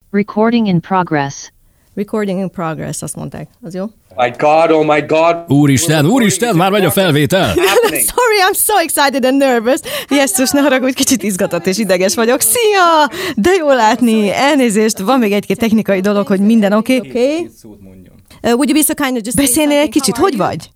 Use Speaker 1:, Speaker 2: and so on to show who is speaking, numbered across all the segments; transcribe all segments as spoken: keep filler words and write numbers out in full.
Speaker 1: Recording in progress.
Speaker 2: Recording in progress, azt mondták. Az jó?
Speaker 3: My God, oh my God.
Speaker 4: Úristen, úristen, már megy a felvétel.
Speaker 2: Sorry, I'm so excited and nervous. Jesszus, ne haragudj, kicsit izgatott és ideges vagyok. Szia! De jó látni. Elnézést, van még egy-két technikai dolog, hogy minden oké. Okay? Okay. Uh, would you be so kind of just beszélnél egy kicsit, hogy vagy?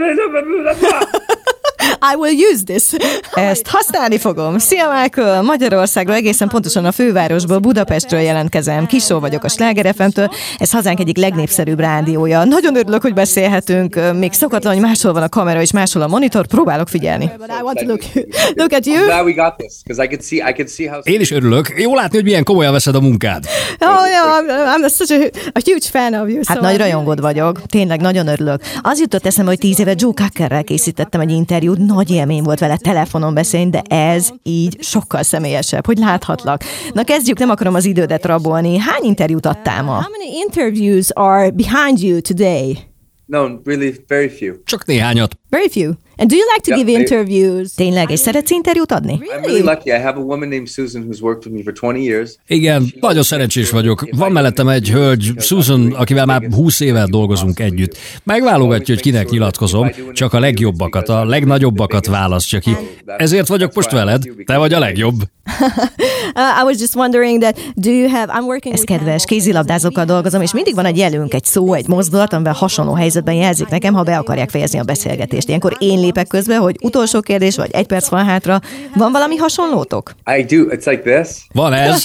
Speaker 2: I will use this. Ezt használni fogom. Szia, Michael! Magyarországról, egészen pontosan a fővárosból, Budapestről jelentkezem. Kisó vagyok a Sláger ef em-től. Ez hazánk egyik legnépszerűbb rádiója. Nagyon örülök, hogy beszélhetünk. Még szokatlan, hogy máshol van a kamera és máshol a monitor. Próbálok figyelni. Look at you.
Speaker 4: Én is örülök. Jó látni, hogy milyen komolyan veszed a munkád.
Speaker 2: Oh, yeah, I'm such a, a huge fan of you.
Speaker 5: Hát so nagy rajongód vagyok. Tényleg nagyon örülök. Az jutott eszembe, hogy tíz éve Joe Cockerrel készítettem egy interjút. Nagy élmény volt vele telefonon beszélni, de ez így sokkal személyesebb, hogy láthatlak. Na kezdjük, nem akarom az idődet rabolni. Hány interjút adtál ma?
Speaker 2: How many interviews are behind you today?
Speaker 3: No, really very few.
Speaker 4: Csak néhányat.
Speaker 2: Very few. And do you like to
Speaker 3: Yeah,
Speaker 2: give
Speaker 3: they-
Speaker 2: interviews?
Speaker 5: Tényleg, és szeretsz interjút adni?
Speaker 3: I'm really lucky. I have a woman named Susan who's worked with me for twenty years.
Speaker 4: Igen, nagyon szerencsés vagyok. Van mellettem egy hölgy, Susan, akivel már húsz éve dolgozunk együtt. Megválogatja, hogy kinek nyilatkozom, csak a legjobbakat, a legnagyobbakat választja ki. Ezért vagyok most veled, te vagy a legjobb.
Speaker 2: Uh, I was just wondering that do you have I'm working
Speaker 5: Ez
Speaker 2: with
Speaker 5: kedves, kézilabdázókkal dolgozom, és mindig van egy jelünk, egy szó, egy mozdulat, amivel hasonló helyzetben jelzik nekem, ha be akarják fejezni a beszélgetést. Ilyenkor én lépek közbe, hogy utolsó kérdés, vagy egy perc van hátra. Van valami hasonlótok?
Speaker 3: I do. It's like this,
Speaker 4: Van ez,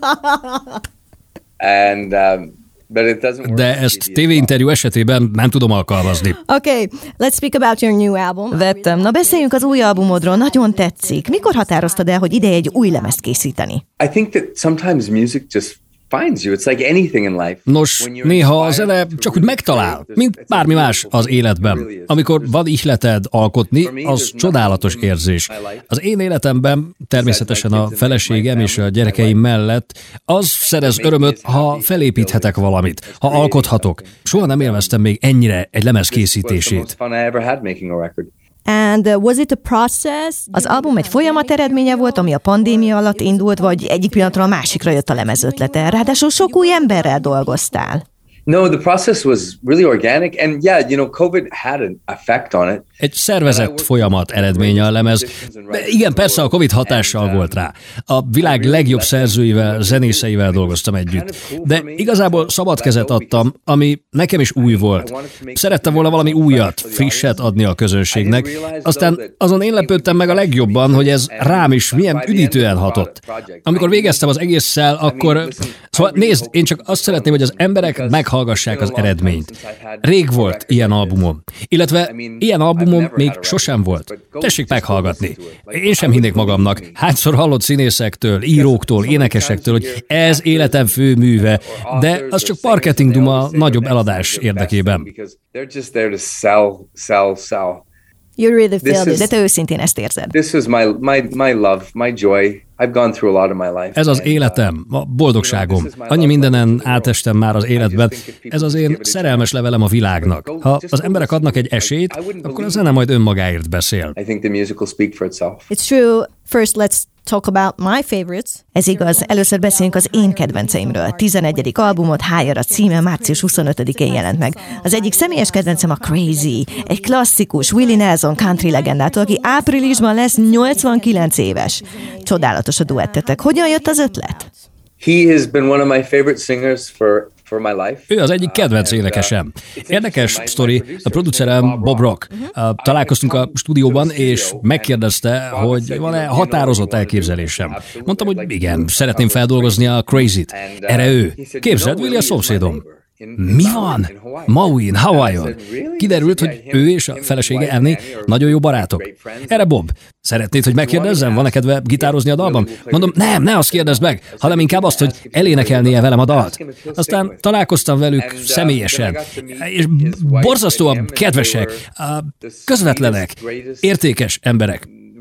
Speaker 3: and um, but it doesn't work.
Speaker 4: de ezt tévéinterjú esetében nem tudom alkalmazni.
Speaker 2: Okay, let's speak about your new album.
Speaker 5: Vettem. Na beszéljünk az új albumodról, nagyon tetszik. Mikor határoztad el, hogy ideje egy új lemezt készíteni?
Speaker 3: I think that sometimes music just finds you. It's like anything in life.
Speaker 4: Nos,
Speaker 3: When you're
Speaker 4: néha a
Speaker 3: inspired,
Speaker 4: zene csak úgy megtalál, mint bármi más az életben. Amikor van ihleted alkotni, az csodálatos érzés. Az én életemben, természetesen a feleségem és a gyerekeim mellett, az szerez örömöt, ha felépíthetek valamit, ha alkothatok. Soha nem élveztem még ennyire egy lemez
Speaker 3: This was the most
Speaker 4: készítését.
Speaker 3: fun I ever had making a record.
Speaker 2: And uh, was it a process?
Speaker 5: Az album egy folyamat eredménye volt, ami a pandémia alatt indult, vagy egyik pillanatra a másikra jött a lemez ötlete. Ráadásul sok új emberrel dolgoztál.
Speaker 3: No, the process was really organic, and yeah, you know, COVID had an effect on it.
Speaker 4: Egy szervezett folyamat eredménye a lemez. De igen, persze a Covid hatással volt rá. A világ legjobb szerzőivel, zenészeivel dolgoztam együtt. De igazából szabad kezet adtam, ami nekem is új volt. Szerettem volna valami újat, frisset adni a közönségnek. Aztán azon én lepődtem meg a legjobban, hogy ez rám is milyen üdítően hatott. Amikor végeztem az egésszel, akkor... Szóval nézd, én csak azt szeretném, hogy az emberek meghallgassák az eredményt. Rég volt ilyen albumom. Illetve ilyen albumom még sosem volt. Tessék meghallgatni. Én sem hinnék magamnak. Hányszor hallott színészektől, íróktól, énekesektől, hogy ez életem fő műve, de az csak marketing duma nagyobb eladás érdekében.
Speaker 3: They're just there to sell, sell, sell.
Speaker 2: You really
Speaker 3: This
Speaker 2: feel
Speaker 3: is-
Speaker 2: this.
Speaker 5: De te őszintén ezt érzed.
Speaker 3: This is my my my love, my joy. I've gone through a lot of my life.
Speaker 4: Ez az életem, a boldogságom. Annyi mindenen átestem már az életben. Ez az én szerelmes levelem a világnak. Ha az emberek adnak egy esélyt, akkor a zene majd önmagáért beszél.
Speaker 3: I think the music will speak for itself.
Speaker 2: It's true. First, let's talk about my favorites.
Speaker 5: Ez igaz, először beszéljünk az én kedvenceimről. tizenegyedik albumot, Higher a címe, március huszonötödikén jelent meg. Az egyik személyes kedvencem a Crazy, egy klasszikus Willie Nelson country legendától, aki áprilisban lesz nyolcvankilenc éves. Csodálatos a duettetek. Hogyan jött az ötlet?
Speaker 3: He has been one of my favorite singers for for my life.
Speaker 4: Ő az egyik kedvenc énekesem. Érdekes sztori, a producerem Bob Rock. Találkoztunk a stúdióban, és megkérdezte, hogy van-e határozott elképzelésem. Mondtam, hogy igen, szeretném feldolgozni a Crazy-t. Erre ő. Képzeld, Willie a szomszédom. Mi van? Mauin, Hawaiion. Kiderült, hogy ő és a felesége Annie nagyon jó barátok. Erre Bob, szeretnéd, hogy megkérdezzem, van-e kedve gitározni a dalban? Mondom, nem, ne azt kérdezd meg, hanem inkább azt, hogy elénekelnie velem a dalt. Aztán találkoztam velük személyesen, és borzasztóan kedvesek, közvetlenek, értékes emberek.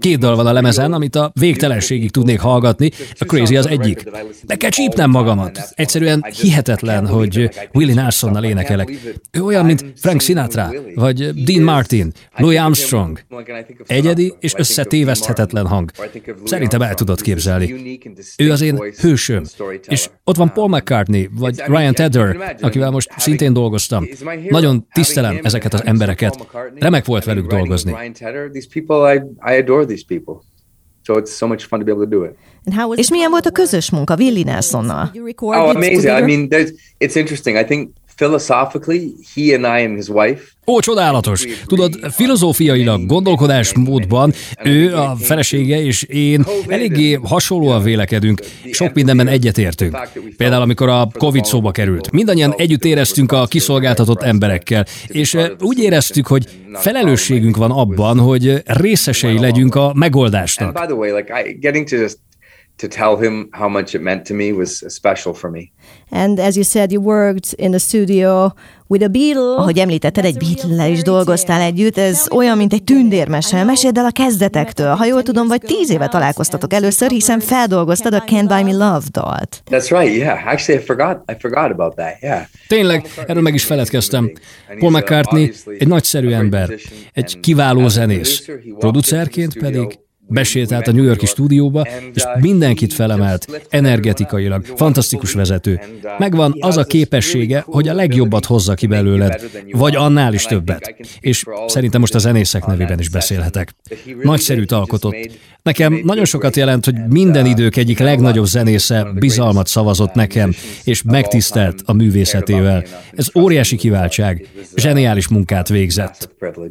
Speaker 4: Két dal van a lemezen, amit a végtelenségig tudnék hallgatni, a Crazy az egyik. Meg kell csípnem magamat. Egyszerűen hihetetlen, hogy Willie Nelsonnal énekelek. Ő olyan, mint Frank Sinatra, vagy Dean Martin, Louis Armstrong. Egyedi és összetéveszthetetlen hang. Szerintem el tudod képzelni. Ő az én hősöm. És ott van Paul McCartney, vagy Ryan Tedder, akivel most szintén dolgoztam. Nagyon tisztelem ezeket az embereket. Remek volt velük dolgozni.
Speaker 2: És milyen volt a közös munka Willie Nelsonnal?
Speaker 3: Oh, amazing. I mean, there's, it's interesting. I think philosophically, he and I and his wife.
Speaker 4: Ó, csodálatos! Tudod, filozófiailag, gondolkodásmódban ő, a felesége és én eléggé hasonlóan vélekedünk, sok mindenben egyetértünk. Például, amikor a Covid szóba került. Mindannyian együtt éreztünk a kiszolgáltatott emberekkel, és úgy éreztük, hogy felelősségünk van abban, hogy részesei legyünk a megoldásnak.
Speaker 3: To tell him how much it meant to me was special for me.
Speaker 5: And as you said, you worked in the studio with a Beatle.
Speaker 2: Ahogy említetted, egy Beatle-lel is dolgoztál együtt, ez olyan, mint egy tündérmese. Meséld el a kezdetektől. Ha jól tudom, vagy tíz éve találkoztatok először, hiszen feldolgoztad a Can't Buy Me Love dalt.
Speaker 3: That's right, yeah. Actually, I forgot, I forgot about that, yeah.
Speaker 4: Tényleg, erről meg is feledkeztem. Paul McCartney egy nagyszerű ember, egy kiváló zenész, producerként pedig besétált a New York-i stúdióba, és mindenkit felemelt, energetikailag, fantasztikus vezető. Megvan az a képessége, hogy a legjobbat hozza ki belőled, vagy annál is többet. És szerintem most a zenészek nevében is beszélhetek. Nagyszerűt alkotott. Nekem nagyon sokat jelent, hogy minden idők egyik legnagyobb zenésze bizalmat szavazott nekem, és megtisztelt a művészetével. Ez óriási kiváltság. Zseniális munkát végzett.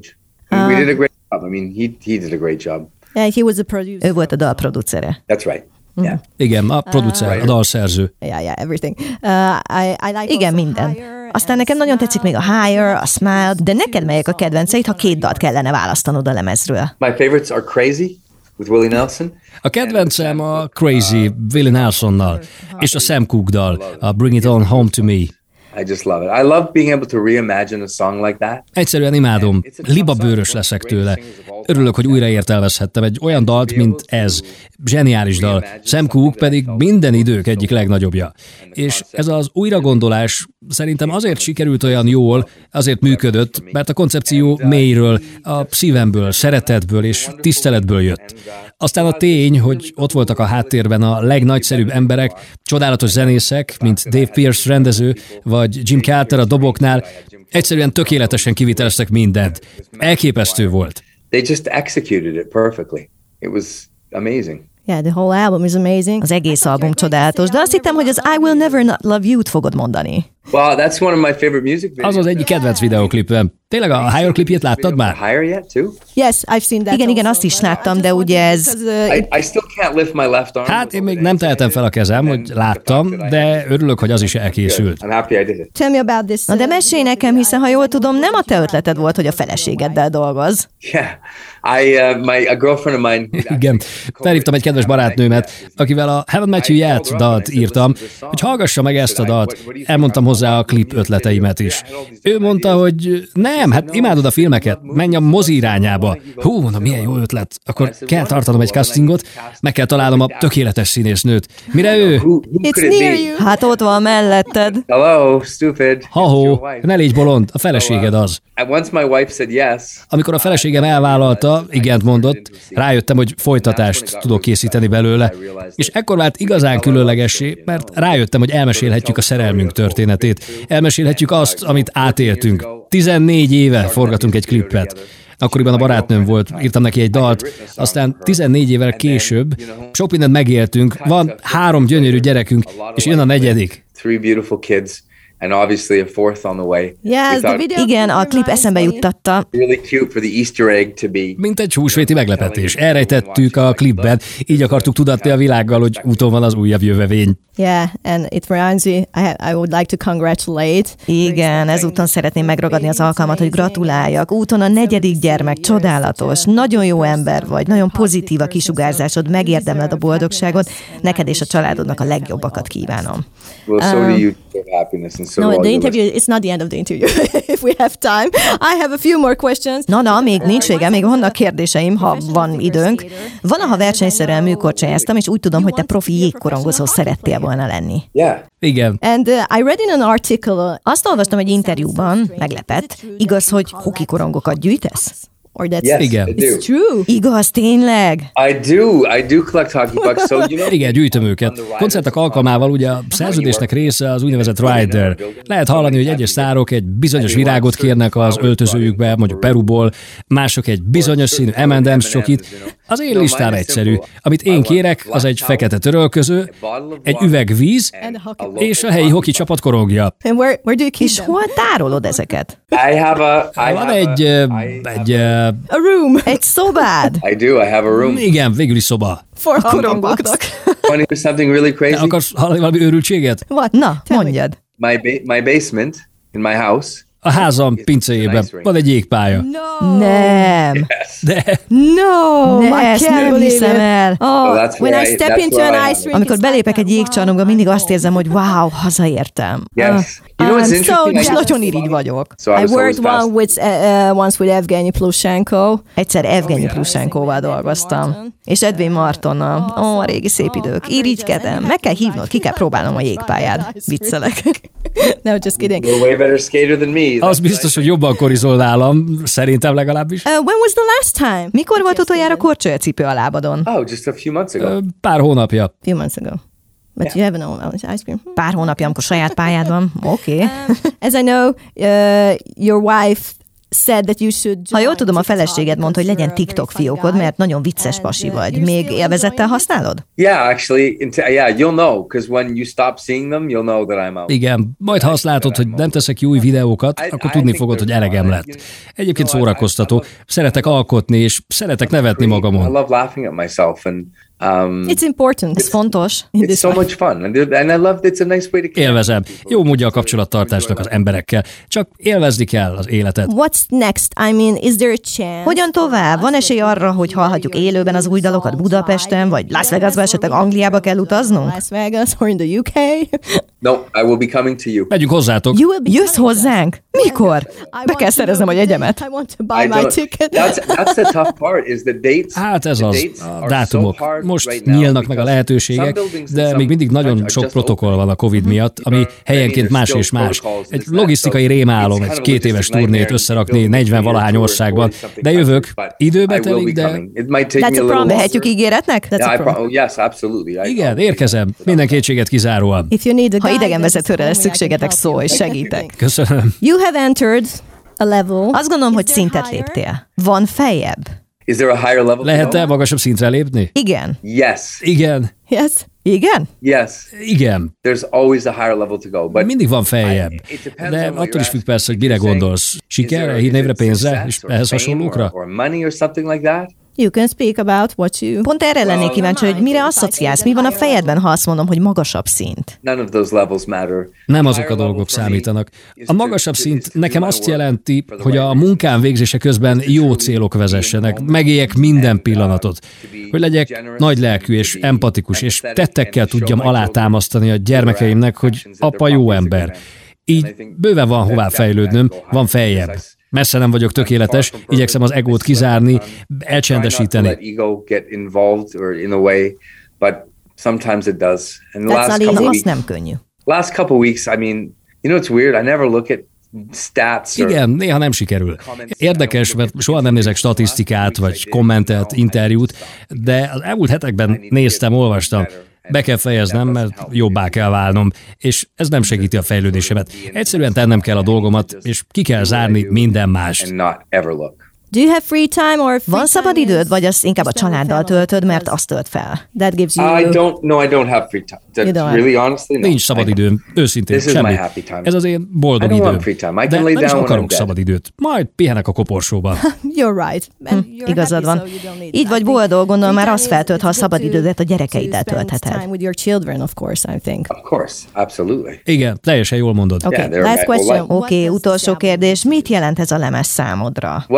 Speaker 5: Yeah, he was the producer.
Speaker 2: Ő volt a dalproducere.
Speaker 3: That's right. Yeah.
Speaker 4: Igen, a producer, a dalszerző.
Speaker 5: Yeah, yeah, everything. Uh, I, I like
Speaker 2: Igen, minden. Aztán nekem nagyon tetszik még a Higher, a Smile, de neked melyek a kedvenceid, ha két dalt kellene választanod a lemezről?
Speaker 3: My favorites are Crazy with Willie Nelson.
Speaker 4: A kedvencem a Crazy, Willie Nelsonnal, és a Sam Cooke dal, a Bring It On Home To Me.
Speaker 3: I just love it. I love being able to reimagine a song like that.
Speaker 4: Egyszerűen imádom. Libabőrös leszek tőle. Örülök, hogy újra értelmezhettem egy olyan dalt, mint ez. Zseniális dal. Sam Cooke pedig minden idők egyik legnagyobbja. És ez az újragondolás szerintem azért sikerült olyan jól, azért működött, mert a koncepció mélyről, a szívemből, szeretetből és tiszteletből jött. Aztán a tény, hogy ott voltak a háttérben a legnagyszerűbb emberek, csodálatos zenészek, mint Dave Pierce rendező, vagy Jim Carter a doboknál, egyszerűen tökéletesen kiviteleztek mindent. Elképesztő volt.
Speaker 3: They just executed it perfectly. It was amazing.
Speaker 5: Yeah, the whole album is amazing.
Speaker 2: Az egész album csodálatos, de azt hittem, hogy az I Will Never Not Love You-t fogod mondani.
Speaker 3: Well, that's one of my favorite music videos.
Speaker 4: Az az egyik kedvenc videóklipem. Tényleg a Higher klipjét láttad már?
Speaker 3: Higher yet too?
Speaker 5: Yes, I've seen that.
Speaker 2: Igen, igen, azt is láttam, de ugye ez...
Speaker 3: I, I still can't lift my left arm.
Speaker 4: Hát én még nem tehetem fel a kezem, hogy láttam, de örülök, hogy az is elkészült.
Speaker 3: I'm happy I did it.
Speaker 5: Tell me about this.
Speaker 2: Na de mesélj nekem, hiszen ha jól tudom, nem a te ötleted volt, hogy a feleségeddel dolgoz.
Speaker 3: Yeah. I, uh, my, a girlfriend of mine...
Speaker 4: Igen, felhívtam egy kedves barátnőmet, akivel a Haven't Met You Yet dalt írtam, hogy hallgassa meg ezt a dalt. Elmondtam hozzá a klip ötleteimet is. Ő mondta, hogy nem, hát imádod a filmeket, menj a mozi irányába. Hú, mondom, milyen jó ötlet. Akkor kell tartanom egy castingot, meg kell találnom a tökéletes színésznőt. Mire ő?
Speaker 5: It's near you.
Speaker 2: Hát ott van melletted.
Speaker 3: Hello, stupid.
Speaker 4: Ha-ho, ne légy bolond, a feleséged az.
Speaker 3: Once my wife said yes.
Speaker 4: Amikor a feleségem elvállalta, igent mondott, rájöttem, hogy folytatást tudok készíteni belőle, és ekkor vált igazán különlegessé, mert rájöttem, hogy elmesélhetjük a szerelmünk történetét. Elmesélhetjük azt, amit átéltünk. tizennégy éve forgatunk egy klippet. Akkoriban a barátnőm volt, írtam neki egy dalt, aztán tizennégy évvel később sok mindent megéltünk, van három gyönyörű gyerekünk, és jön a negyedik.
Speaker 3: Three beautiful kids. And obviously a fourth on the way.
Speaker 5: Yes, the video.
Speaker 2: Igen, a klip eszembe juttatta.
Speaker 3: Really cute for the Easter egg to be.
Speaker 4: Mint egy húsvéti meglepetés. Elrejtettük a klipben, így akartuk tudatni a világgal, hogy úton van az újabb jövevény.
Speaker 5: Yeah, and it reminds me, I, I would like to congratulate.
Speaker 2: Igen, ezúton szeretném megragadni az alkalmat, hogy gratuláljak. Úton a negyedik gyermek, csodálatos, nagyon jó ember vagy, nagyon pozitív a kisugárzásod, megérdemled a boldogságot. Neked és a családodnak a legjobbakat kívánom.
Speaker 3: Well, so do you. happiness, and so
Speaker 5: no,
Speaker 3: do all
Speaker 5: the
Speaker 3: your
Speaker 5: interview,
Speaker 3: listeners.
Speaker 5: it's not the end of the interview. If we have time. I have a few more questions.
Speaker 2: Na, na, még nincs vége, még vannak kérdéseim, ha van időnk. Valaha versenyszerűen műkorcsolyáztam, és úgy tudom, hogy te profi jégkorongozó szerettél volna lenni.
Speaker 3: Yeah.
Speaker 4: Igen.
Speaker 5: And uh, I read in an article...
Speaker 2: Azt olvastam egy interjúban, meglepett, igaz, hogy hokikorongokat gyűjtesz?
Speaker 5: Or that's
Speaker 3: Yes,
Speaker 4: Igen.
Speaker 3: I do.
Speaker 5: it's true.
Speaker 2: Igaz, tényleg?
Speaker 3: I do. I do collect hockey pucks. So, you know,
Speaker 4: Igen, gyűjtöm őket. Koncertek alkalmával ugye a szerződésnek része az úgynevezett rider. Lehet hallani, hogy egyes sztárok egy bizonyos virágot kérnek az öltözőjükbe, mondjuk Peruból, mások egy bizonyos színű em and em's csokit. Az én listám egyszerű. Amit én kérek, az egy fekete törölköző, egy üveg víz, és a helyi hoki csapat korongja.
Speaker 5: And where, where do you keep
Speaker 2: És
Speaker 5: them?
Speaker 2: hol tárolod ezeket?
Speaker 3: I have a. I
Speaker 4: Van
Speaker 3: have
Speaker 4: egy,
Speaker 3: a,
Speaker 4: ö,
Speaker 3: I
Speaker 4: egy
Speaker 3: have
Speaker 4: ö,
Speaker 5: A room
Speaker 2: Egy szobád?
Speaker 3: I do. I have a room.
Speaker 4: igen, végül is szoba.
Speaker 5: for korongoknak.
Speaker 3: Want to hear something really
Speaker 4: Te
Speaker 3: crazy?
Speaker 4: akarsz hallani valami őrültséget?
Speaker 5: What?
Speaker 2: Na,
Speaker 5: Tell me.
Speaker 2: mondjad.
Speaker 3: My ba- my basement in my house.
Speaker 4: A házam pincéjében van egy jégpálya.
Speaker 5: No.
Speaker 2: Nem.
Speaker 4: De
Speaker 5: No.
Speaker 2: Ne,
Speaker 5: I
Speaker 2: ezt
Speaker 5: can't
Speaker 2: nem
Speaker 5: believe
Speaker 2: hiszem
Speaker 5: it.
Speaker 2: el.
Speaker 5: Oh,
Speaker 3: Well, that's
Speaker 5: when
Speaker 3: where
Speaker 5: I
Speaker 3: I-
Speaker 5: step
Speaker 3: that's
Speaker 5: into
Speaker 3: where I
Speaker 5: an
Speaker 3: am.
Speaker 5: ice rink,
Speaker 2: Amikor
Speaker 5: it's
Speaker 2: belépek egy
Speaker 5: like,
Speaker 2: jégcsarnokba, mindig azt érzem, hogy wow, hazaértem.
Speaker 3: Yes.
Speaker 2: Ah.
Speaker 3: You know what's
Speaker 5: I'm so
Speaker 3: interesting? I
Speaker 2: És
Speaker 5: jealous.
Speaker 2: nagyon irigy vagyok.
Speaker 3: So I
Speaker 5: I
Speaker 3: was always
Speaker 5: worked one
Speaker 3: fast.
Speaker 5: with uh, uh, once with Evgeny Plushenko.
Speaker 2: Egyszer Evgenyi Plushenkoval dolgoztam, és Edwin Martonnal. Ó, a régi szép idők. Irigykedem. Meg kell hívnod, ki kell próbálnom a jégpályát. Viccelek.
Speaker 5: No, just kidding.
Speaker 3: You're a way better skater than me.
Speaker 4: az biztos, hogy jobban korizol nálam, szerintem legalábbis.
Speaker 5: Uh, when was the last time?
Speaker 2: Mikor volt utoljára korcsolyacipő a lábadon?
Speaker 3: Oh, just a few months ago.
Speaker 4: Ö, Pár hónapja.
Speaker 5: A few months ago. But you have no ice cream.
Speaker 2: Pár hónapja, amikor saját pályád van. Oké. Okay.
Speaker 5: As I know, uh, your wife said that you should.
Speaker 2: Ha jól tudom, a feleséged mondta, hogy legyen TikTok fiókod, mert nagyon vicces pasi vagy. Még élvezettel használod?
Speaker 3: Yeah, actually, into, yeah, you'll know because when you stop seeing them, you'll know that I'm out.
Speaker 4: Igen, majd ha azt látod, hogy nem teszek ki új videókat, akkor tudni fogod, hogy elegem lett. Egyébként szórakoztató. Szeretek alkotni, és szeretek nevetni
Speaker 3: I
Speaker 4: magamon.
Speaker 3: love laughing at myself, and um,
Speaker 5: It's important.
Speaker 2: Ez fontos.
Speaker 5: in
Speaker 3: it's
Speaker 5: this
Speaker 3: so
Speaker 5: life.
Speaker 3: much fun, and, and I love. It's a nice way to connect.
Speaker 4: Élvezem. Jó módja a kapcsolattartásnak az emberekkel. Csak élvezni kell az életet.
Speaker 5: What's next? I mean, is there a chance?
Speaker 2: Hogyan tovább? Van esély arra, hogy hallhatjuk élőben az új dalokat Budapesten, vagy Las Vegasba, esetleg Angliába kell utaznunk?
Speaker 5: Las Vegas or in the U K?
Speaker 3: No, I will be coming to you.
Speaker 4: Megyünk hozzátok.
Speaker 5: You will be
Speaker 2: Jössz hozzánk? Mikor? Be kell szereznem a jegyemet.
Speaker 5: I want to buy
Speaker 3: I
Speaker 5: my
Speaker 3: don't-
Speaker 5: ticket.
Speaker 3: That's that's the tough part. Is the dates?
Speaker 4: Hát ez
Speaker 3: the
Speaker 4: az,
Speaker 3: dates
Speaker 4: a
Speaker 3: are
Speaker 4: dátumok.
Speaker 3: so hard
Speaker 4: Most
Speaker 3: right now
Speaker 4: nyílnak meg a
Speaker 3: because
Speaker 4: lehetőségek,
Speaker 3: some buildings and
Speaker 4: de
Speaker 3: some
Speaker 4: még mindig nagyon
Speaker 3: are
Speaker 4: sok
Speaker 3: just
Speaker 4: protokoll
Speaker 3: open.
Speaker 4: van a Covid miatt, ami helyenként más és más. Egy logisztikai rémálom, egy két éves turnét összerakni negyven valahány országban, de jövök, időbe telik, de
Speaker 3: It might take
Speaker 5: That's
Speaker 3: me a
Speaker 5: a
Speaker 3: little
Speaker 5: promise.
Speaker 2: Vehetjük ígéretnek?
Speaker 5: That's
Speaker 3: Yeah,
Speaker 5: a
Speaker 3: I
Speaker 5: problem.
Speaker 3: pro- oh, yes, absolutely. I-
Speaker 4: igen, érkezem, minden kétséget kizáróan.
Speaker 5: If you need a
Speaker 2: Ha
Speaker 5: guide,
Speaker 2: idegenvezetőre
Speaker 5: just
Speaker 2: lesz
Speaker 5: call me, I can
Speaker 2: szükségetek,
Speaker 5: help
Speaker 2: szólj,
Speaker 5: you.
Speaker 2: segítek.
Speaker 4: Köszönöm.
Speaker 5: You have entered a level.
Speaker 2: Azt gondolom, hogy
Speaker 5: Is there
Speaker 2: szintet
Speaker 5: higher?
Speaker 2: léptél. Van feljebb?
Speaker 3: Is there a higher level? to
Speaker 4: Lehet-e
Speaker 3: go?
Speaker 4: magasabb szintre lépni?
Speaker 2: Igen.
Speaker 3: Yes,
Speaker 4: Igen,
Speaker 5: Yes.
Speaker 2: Igen?
Speaker 3: yes.
Speaker 4: igen.
Speaker 3: There's always a higher level to go, but
Speaker 4: Mindig van feljebb.
Speaker 3: It depends
Speaker 4: De
Speaker 3: on what
Speaker 4: attól is
Speaker 3: you're
Speaker 4: függ persze, hogy
Speaker 3: asking.
Speaker 4: mire
Speaker 3: You're saying,
Speaker 4: gondolsz.
Speaker 3: is
Speaker 4: Sikerre,
Speaker 3: there-
Speaker 4: hírnévre,
Speaker 3: is it
Speaker 4: pénzre,
Speaker 3: success
Speaker 4: és
Speaker 3: or
Speaker 4: ehhez
Speaker 3: fame
Speaker 4: hasonlókra?
Speaker 3: or, or money or something like that?
Speaker 5: You can speak about what you.
Speaker 2: Pont erre lennék kíváncsi, hogy mire asszociálsz, mi van a fejedben, ha azt mondom, hogy magasabb szint.
Speaker 3: None of those levels matter.
Speaker 4: Nem
Speaker 3: The
Speaker 4: azok a
Speaker 3: higher
Speaker 4: dolgok
Speaker 3: level for me
Speaker 4: számítanak.
Speaker 3: is
Speaker 4: A
Speaker 3: to-
Speaker 4: magasabb
Speaker 3: is
Speaker 4: szint
Speaker 3: to do
Speaker 4: nekem
Speaker 3: my
Speaker 4: azt
Speaker 3: work
Speaker 4: jelenti,
Speaker 3: for the
Speaker 4: hogy
Speaker 3: right
Speaker 4: a
Speaker 3: reasons.
Speaker 4: munkám végzése közben jó célok vezessenek, megéljek minden pillanatot, hogy legyek nagy lelkű és empatikus, és tettekkel tudjam alátámasztani a gyermekeimnek, hogy apa jó ember. Így bőven van hová fejlődnöm, van feljebb. Messze nem vagyok tökéletes, igyekszem az egót kizárni, elcsendesíteni.
Speaker 3: Let ego get involved or in a way, but sometimes it does. And the
Speaker 5: That's
Speaker 3: last
Speaker 5: not
Speaker 3: couple
Speaker 5: easy.
Speaker 2: Az
Speaker 3: weeks,
Speaker 2: nem könnyű.
Speaker 3: last couple weeks, I mean, you know, it's weird. I never look at stats. Or,
Speaker 4: Igen, néha nem sikerül. Érdekes, mert soha nem nézek statisztikát, vagy kommentet, interjút, de az elmúlt hetekben néztem, olvastam. Be kell fejeznem, mert jobbá kell válnom, és ez nem segíti a fejlődésemet. Egyszerűen tennem kell a dolgomat, és ki kell zárni minden mást.
Speaker 3: and not ever look.
Speaker 5: Do you have free time or free
Speaker 2: Van szabad
Speaker 5: time
Speaker 2: időd,
Speaker 5: is
Speaker 2: vagy azt inkább a
Speaker 5: spend with
Speaker 2: családdal
Speaker 5: family?
Speaker 2: töltöd, mert
Speaker 5: Because
Speaker 2: azt tölt fel?
Speaker 5: that gives you.
Speaker 3: I don't. No, I don't have free time. That's
Speaker 5: You don't have-
Speaker 3: really honestly. No.
Speaker 4: Nincs szabad
Speaker 3: I-
Speaker 4: időm, őszintén,
Speaker 3: This is
Speaker 4: semmi.
Speaker 3: my happy time.
Speaker 4: Ez az én boldog
Speaker 3: I don't
Speaker 4: időm.
Speaker 3: want free time. I
Speaker 4: De
Speaker 3: can lay
Speaker 4: nem is
Speaker 3: down when I'm
Speaker 4: akarok
Speaker 3: dead.
Speaker 4: szabad időt. Majd pihenek a koporsóban.
Speaker 5: You're right. And you're
Speaker 2: Igazad
Speaker 5: happy,
Speaker 2: van.
Speaker 5: so you don't need
Speaker 2: Így
Speaker 5: that.
Speaker 2: vagy
Speaker 5: I think
Speaker 2: boldog, gondolom már
Speaker 5: free
Speaker 2: azt
Speaker 5: time is-
Speaker 2: feltölt, ha a
Speaker 5: it's good
Speaker 2: szabad
Speaker 5: to-
Speaker 2: idődet a
Speaker 5: to
Speaker 2: gyerekeiddel
Speaker 5: spend
Speaker 2: töltheted.
Speaker 5: time with your children, of course, I think.
Speaker 3: Of course, absolutely.
Speaker 4: Igen, teljesen jól mondod.
Speaker 5: Okay,
Speaker 3: Yeah, they're
Speaker 5: last
Speaker 3: my whole
Speaker 5: question.
Speaker 3: life.
Speaker 2: Oké, okay, utolsó kérdés. Mit jelent ez a lemez számodra?
Speaker 3: What does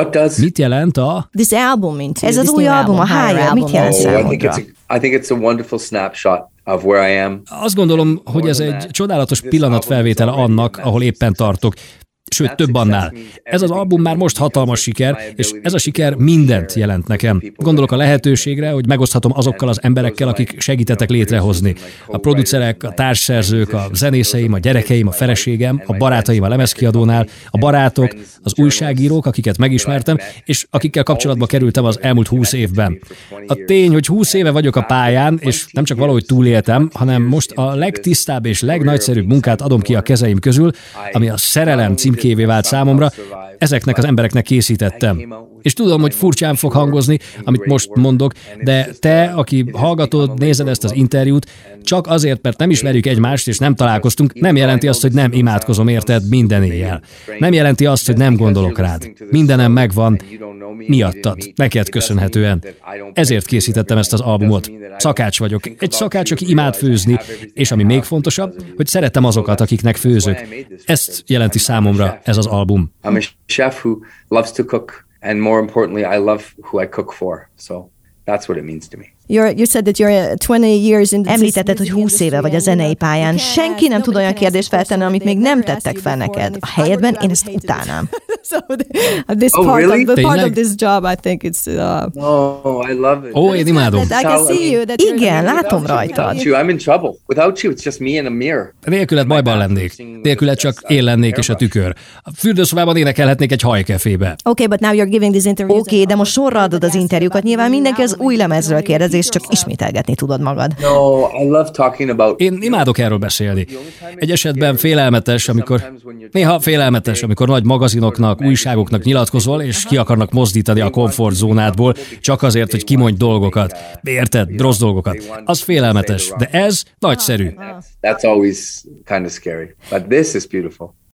Speaker 4: Mit jelent a...
Speaker 5: This album into
Speaker 2: Ez az
Speaker 5: this
Speaker 2: új
Speaker 5: new
Speaker 2: album, a
Speaker 5: Higher
Speaker 2: Higher, mit jelent
Speaker 3: Oh, I think
Speaker 2: számodra?
Speaker 3: it's a, I think it's a wonderful snapshot of where I am.
Speaker 4: Azt gondolom, hogy ez egy csodálatos pillanatfelvétele annak, ahol éppen tartok. Sőt, több annál. Ez az album már most hatalmas siker, és ez a siker mindent jelent nekem. Gondolok a lehetőségre, hogy megoszthatom azokkal az emberekkel, akik segítettek létrehozni. A producerek, a társszerzők, a zenészeim, a gyerekeim, a feleségem, a barátaim a lemezkiadónál, a barátok, az újságírók, akiket megismertem, és akikkel kapcsolatba kerültem az elmúlt húsz évben. A tény, hogy húsz éve vagyok a pályán, és nem csak valahogy túléltem, hanem most a legtisztább és legnagyszerűbb munkát adom ki a kezeim közül, ami a szerelem címkévé vált számomra, ezeknek az embereknek készítettem. És tudom, hogy furcsán fog hangozni, amit most mondok, de te, aki hallgatod, nézed ezt az interjút, csak azért, mert nem ismerjük egymást, és nem találkoztunk, nem jelenti azt, hogy nem imádkozom érted minden éjjel. Nem jelenti azt, hogy nem gondolok rád. Mindenem megvan, miattad, neked köszönhetően. Ezért készítettem ezt az albumot. Szakács vagyok. Egy szakács, aki imád főzni, és ami még fontosabb, hogy szeretem azokat, akiknek főzök. Ezt jelenti számomra ez az album.
Speaker 3: I'm a chef who loves to cook, and more importantly, I love who I cook for. So that's what it means to me.
Speaker 5: You're, you said that you're twenty years in the
Speaker 2: Említetted, hogy húsz éve vagy a zenei pályán. Senki nem tud olyan kérdést feltenni, amit még nem tettek fel neked. A helyedben én ezt utálnám.
Speaker 5: So this
Speaker 3: Oh,
Speaker 5: part,
Speaker 3: really?
Speaker 5: of, the part of
Speaker 4: Tényleg?
Speaker 5: this job, I think it's... Uh,
Speaker 3: Oh, I love it.
Speaker 4: Ó, én imádom.
Speaker 5: I can see you. That you're-
Speaker 2: Igen, látom rajtad.
Speaker 3: Without you, I'm in trouble. Without you, it's just me and a mirror.
Speaker 4: Nélküled bajban lennék. Nélküled csak én lennék és a tükör. A fürdőszobában énekelhetnék egy hajkefébe.
Speaker 5: Okay, but now you're giving these interviews.
Speaker 2: Oké, okay, de most sorra adod az interjúkat. Nyilván mindenki az új lemezről kérdez, és csak ismételgetni tudod magad.
Speaker 3: No, I love talking about...
Speaker 4: Én imádok erről beszélni. Egy esetben félelmetes, amikor... Néha félelmetes, amikor nagy magazinoknak, újságoknak nyilatkozol, és ki akarnak mozdítani a komfortzónádból, csak azért, hogy kimondj dolgokat. Érted? Rossz dolgokat. Az félelmetes, de ez nagyszerű.
Speaker 3: That's always kind of scary. But this is beautiful.